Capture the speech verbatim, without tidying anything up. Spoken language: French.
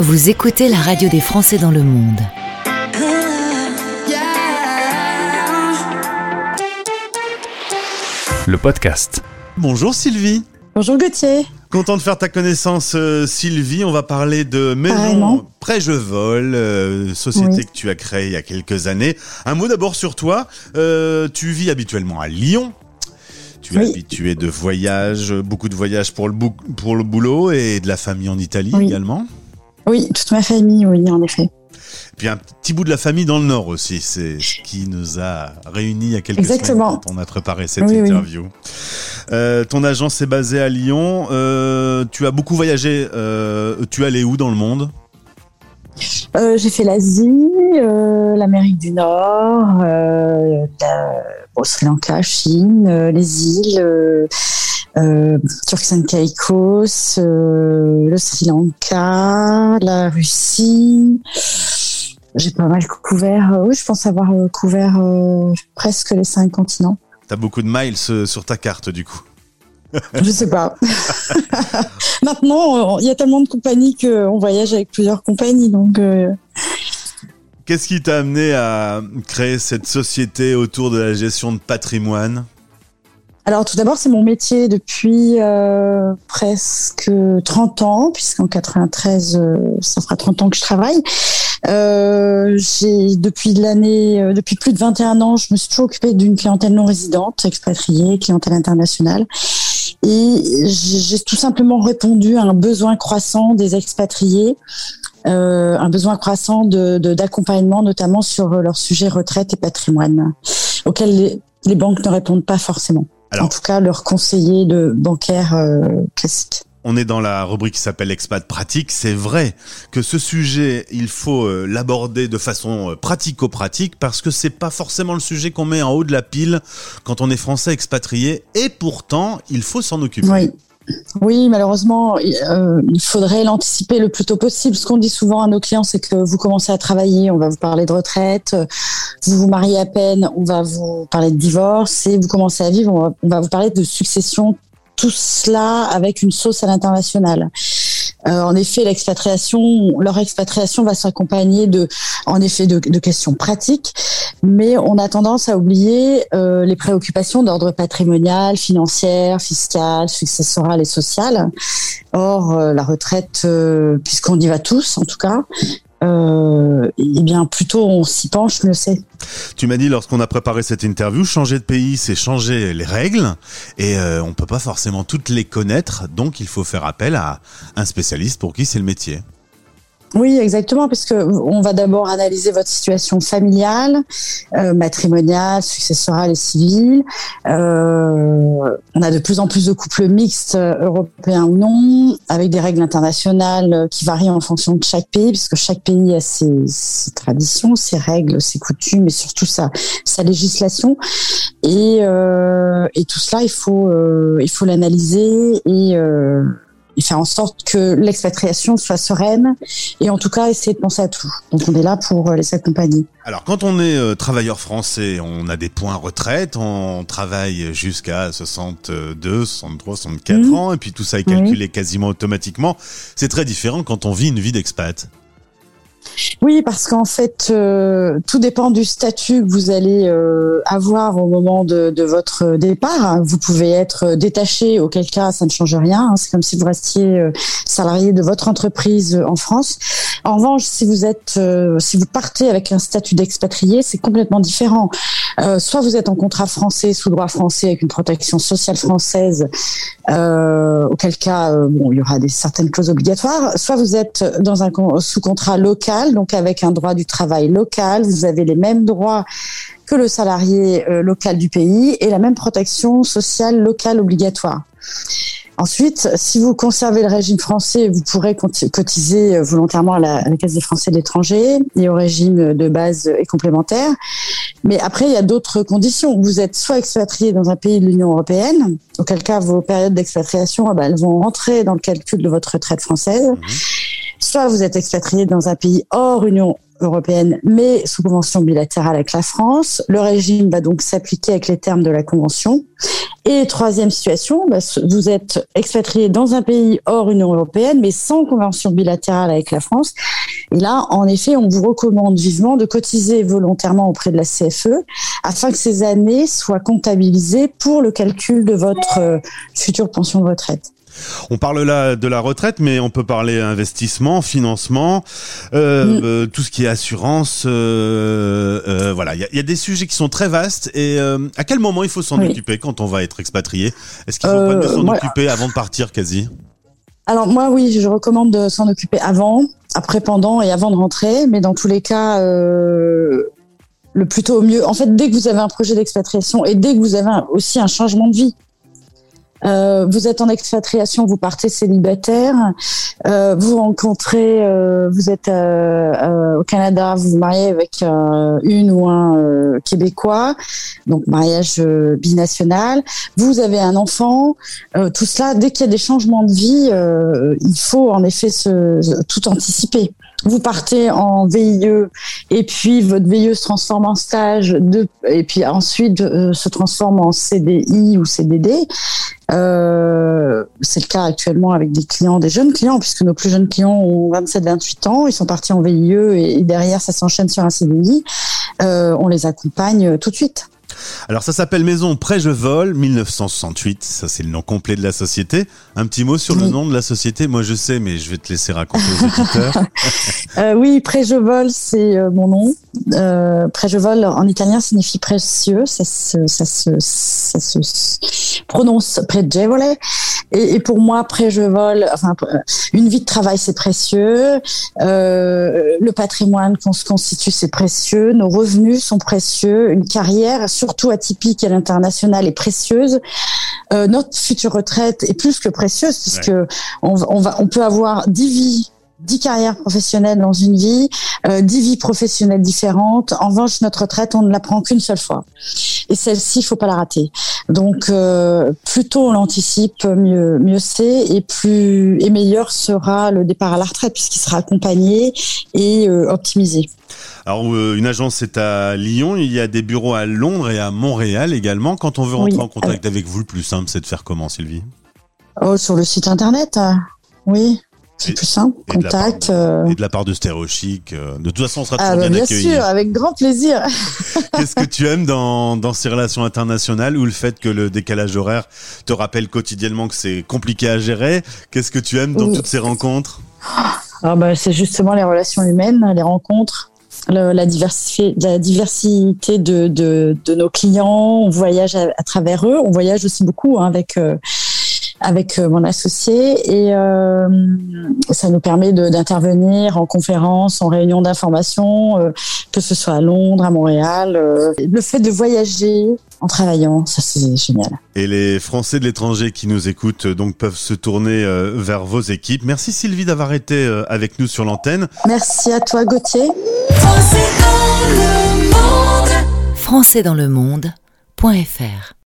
Vous écoutez la radio des Français dans le monde. Le podcast. Bonjour Sylvie. Bonjour Gauthier. Content de faire ta connaissance euh, Sylvie. On va parler de Maison Carrément. Prêt-Je-Vole, euh, société Oui. que tu as créée il y a quelques années. Un mot d'abord sur toi. Euh, tu vis habituellement à Lyon. Tu es Oui. habitué de voyages, beaucoup de voyages pour le, bou- pour le boulot et de la famille en Italie Oui. également. Oui, toute ma famille, oui, en effet. Puis un petit bout de la famille dans le Nord aussi. C'est ce qui nous a réunis il y a quelques Exactement. semaines quand on a préparé cette Oui, oui. interview. Euh, ton agence est basée à Lyon. Euh, tu as beaucoup voyagé. Euh, tu es allé où dans le monde ? Euh, j'ai fait l'Asie, euh, l'Amérique du Nord, euh, la, bon, Sri Lanka, Chine, euh, les îles, euh, euh, Turks and Caicos, euh, le Sri Lanka, la Russie. J'ai pas mal couvert. Euh, oui, je pense avoir euh, couvert euh, presque les cinq continents. T'as beaucoup de miles euh, sur ta carte du coup. Je sais pas. Maintenant, il y a tellement de compagnies qu'on voyage avec plusieurs compagnies, donc. Euh... Qu'est-ce qui t'a amené à créer cette société autour de la gestion de patrimoine ? Alors, tout d'abord, c'est mon métier depuis euh, presque trente ans, puisqu'en quatre-vingt-treize, euh, ça fera trente ans que je travaille. Euh, j'ai depuis l'année, euh, depuis plus de vingt et un ans, je me suis toujours occupée d'une clientèle non résidente, expatriée, clientèle internationale. Et j'ai, j'ai tout simplement répondu à un besoin croissant des expatriés, euh, un besoin croissant de, de, d'accompagnement, notamment sur leur sujet retraite et patrimoine, auquel les, les banques ne répondent pas forcément. Alors, en tout cas, leurs conseillers de bancaires euh, classiques. on est dans la rubrique qui s'appelle Expat Pratique. C'est vrai que ce sujet, il faut euh, l'aborder de façon euh, pratico-pratique parce que c'est pas forcément le sujet qu'on met en haut de la pile quand on est français expatrié. Et pourtant, il faut s'en occuper. Oui. Oui, malheureusement, euh, il faudrait l'anticiper le plus tôt possible. Ce qu'on dit souvent à nos clients, c'est que vous commencez à travailler, on va vous parler de retraite, vous vous mariez à peine, on va vous parler de divorce, et vous commencez à vivre, on va, on va vous parler de succession. Tout cela avec une sauce à l'international. Euh, en effet, l'expatriation, leur expatriation va s'accompagner de, en effet, de, de questions pratiques, mais on a tendance à oublier euh, les préoccupations d'ordre patrimonial, financière, fiscal, successoral et social. Or, euh, la retraite, euh, puisqu'on y va tous, en tout cas, euh, eh bien, plus tôt on s'y penche, mieux c'est. Tu m'as dit lorsqu'on a préparé cette interview, changer de pays, c'est changer les règles et euh, on peut pas forcément toutes les connaître, donc il faut faire appel à un spécialiste pour qui c'est le métier. Oui, exactement, parce que on va d'abord analyser votre situation familiale, euh, matrimoniale, successorale et civile. Euh, on a de plus en plus de couples mixtes, européens ou non, avec des règles internationales qui varient en fonction de chaque pays, puisque chaque pays a ses, ses traditions, ses règles, ses coutumes et surtout sa, sa législation. Et, euh, et tout cela, il faut, euh, il faut l'analyser et euh, et faire en sorte que l'expatriation soit sereine et en tout cas essayer de penser à tout. Donc on est là pour les accompagner. Alors quand on est euh, travailleur français, on a des points retraite, on travaille jusqu'à soixante-deux, soixante-trois, soixante-quatre Mmh. ans et puis tout ça est calculé oui. quasiment automatiquement. C'est très différent quand on vit une vie d'expat. Oui, parce qu'en fait, euh, tout dépend du statut que vous allez euh, avoir au moment de, de votre départ. Vous pouvez être détaché, auquel cas ça ne change rien. Hein. C'est comme si vous restiez euh, salarié de votre entreprise en France. En revanche, si vous êtes, euh, si vous partez avec un statut d'expatrié, c'est complètement différent. Euh, soit vous êtes en contrat français, sous droit français, avec une protection sociale française, euh, auquel cas, euh, bon, il y aura des certaines clauses obligatoires. Soit vous êtes dans un sous contrat local, donc avec un droit du travail local, vous avez les mêmes droits que le salarié euh, local du pays et la même protection sociale locale obligatoire. Ensuite, si vous conservez le régime français, vous pourrez cotiser volontairement à la, à la Caisse des Français de l'étranger et au régime de base et complémentaire. Mais après, il y a d'autres conditions. Vous êtes soit expatrié dans un pays de l'Union européenne, auquel cas vos périodes d'expatriation, eh ben, elles vont rentrer dans le calcul de votre retraite française. Mmh. Soit vous êtes expatrié dans un pays hors Union européenne, mais sous convention bilatérale avec la France. Le régime va donc s'appliquer avec les termes de la convention. Et troisième situation, bah, vous êtes expatrié dans un pays hors Union européenne, mais sans convention bilatérale avec la France. Et là, en effet, on vous recommande vivement de cotiser volontairement auprès de la C F E afin que ces années soient comptabilisées pour le calcul de votre euh, future pension de retraite. On parle là de la retraite, mais on peut parler investissement, financement, euh, mmh. euh, tout ce qui est assurance. Euh, euh, voilà, il y a, y a des sujets qui sont très vastes. Et euh, à quel moment il faut s'en oui. occuper quand on va être expatrié ? Est-ce qu'il faut euh, pas mieux s'en moi... occuper avant de partir, quasi ? Alors moi, oui, je recommande de s'en occuper avant, après, pendant et avant de rentrer. Mais dans tous les cas, euh, le plus tôt au mieux. En fait, dès que vous avez un projet d'expatriation et dès que vous avez un, aussi un changement de vie. Euh, vous êtes en expatriation, vous partez célibataire, euh, vous rencontrez, euh, vous êtes euh, euh, au Canada, vous vous mariez avec euh, une ou un euh, Québécois, donc mariage euh, binational, vous avez un enfant, euh, tout cela, dès qu'il y a des changements de vie, euh, il faut en effet se, tout anticiper. Vous partez en V I E et puis votre V I E se transforme en stage de, et puis ensuite euh, se transforme en C D I ou C D D. Euh, c'est le cas actuellement avec des clients, des jeunes clients, puisque nos plus jeunes clients ont vingt-sept vingt-huit ans, ils sont partis en V I E et, et derrière ça s'enchaîne sur un C D I. Euh, on les accompagne tout de suite. Alors ça s'appelle Maison Prêt-Je-Vole dix-neuf cent soixante-huit, ça c'est le nom complet de la société. Un petit mot sur oui. le nom de la société, moi je sais mais je vais te laisser raconter aux auditeurs. euh, oui, Prêt-Je-Vole c'est euh, mon nom. Euh, Prêt-Je-Vole en italien signifie précieux, ça se, ça se, ça se prononce Pregevole. Et, et pour moi, Prêt-Je-Vole, enfin une vie de travail c'est précieux, euh, le patrimoine qu'on se constitue c'est précieux, nos revenus sont précieux, une carrière surtout atypique à l'international est précieuse. Euh, notre future retraite est plus que précieuse puisque ouais. on, on va, on peut avoir dix vies, dix carrières professionnelles dans une vie, euh, dix vies professionnelles différentes. En revanche, notre retraite, on ne la prend qu'une seule fois. Et celle-ci, il faut pas la rater. Donc, euh, plus tôt on l'anticipe, mieux, mieux c'est, et plus et meilleur sera le départ à la retraite puisqu'il sera accompagné et euh, optimisé. Alors, euh, une agence est à Lyon, il y a des bureaux à Londres et à Montréal également. Quand on veut rentrer oui. en contact avec vous, le plus simple, c'est de faire comment, Sylvie ? Oh, sur le site internet, euh, oui. C'est et, plus simple, et contact. De de, euh... Et de la part de Stéréo Chic. Euh, de toute façon, on sera toujours ah, bah, bien, bien accueillis. Bien sûr, avec grand plaisir. Qu'est-ce que tu aimes dans, dans ces relations internationales ou le fait que le décalage horaire te rappelle quotidiennement que c'est compliqué à gérer ? Qu'est-ce que tu aimes dans oui. toutes ces rencontres ? ah, bah, c'est justement les relations humaines, les rencontres. Le, la, diversité, la diversité de, de, de nos clients, on voyage à, à travers eux, on voyage aussi beaucoup hein, avec, euh, avec euh, mon associé et euh, ça nous permet de, d'intervenir en conférence, en réunion d'information, euh, que ce soit à Londres, à Montréal. Euh, le fait de voyager en travaillant, ça c'est génial. Et les Français de l'étranger qui nous écoutent donc peuvent se tourner euh, vers vos équipes. Merci Sylvie d'avoir été euh, avec nous sur l'antenne. Merci à toi Gauthier. Français dans le monde. français dans le monde point f r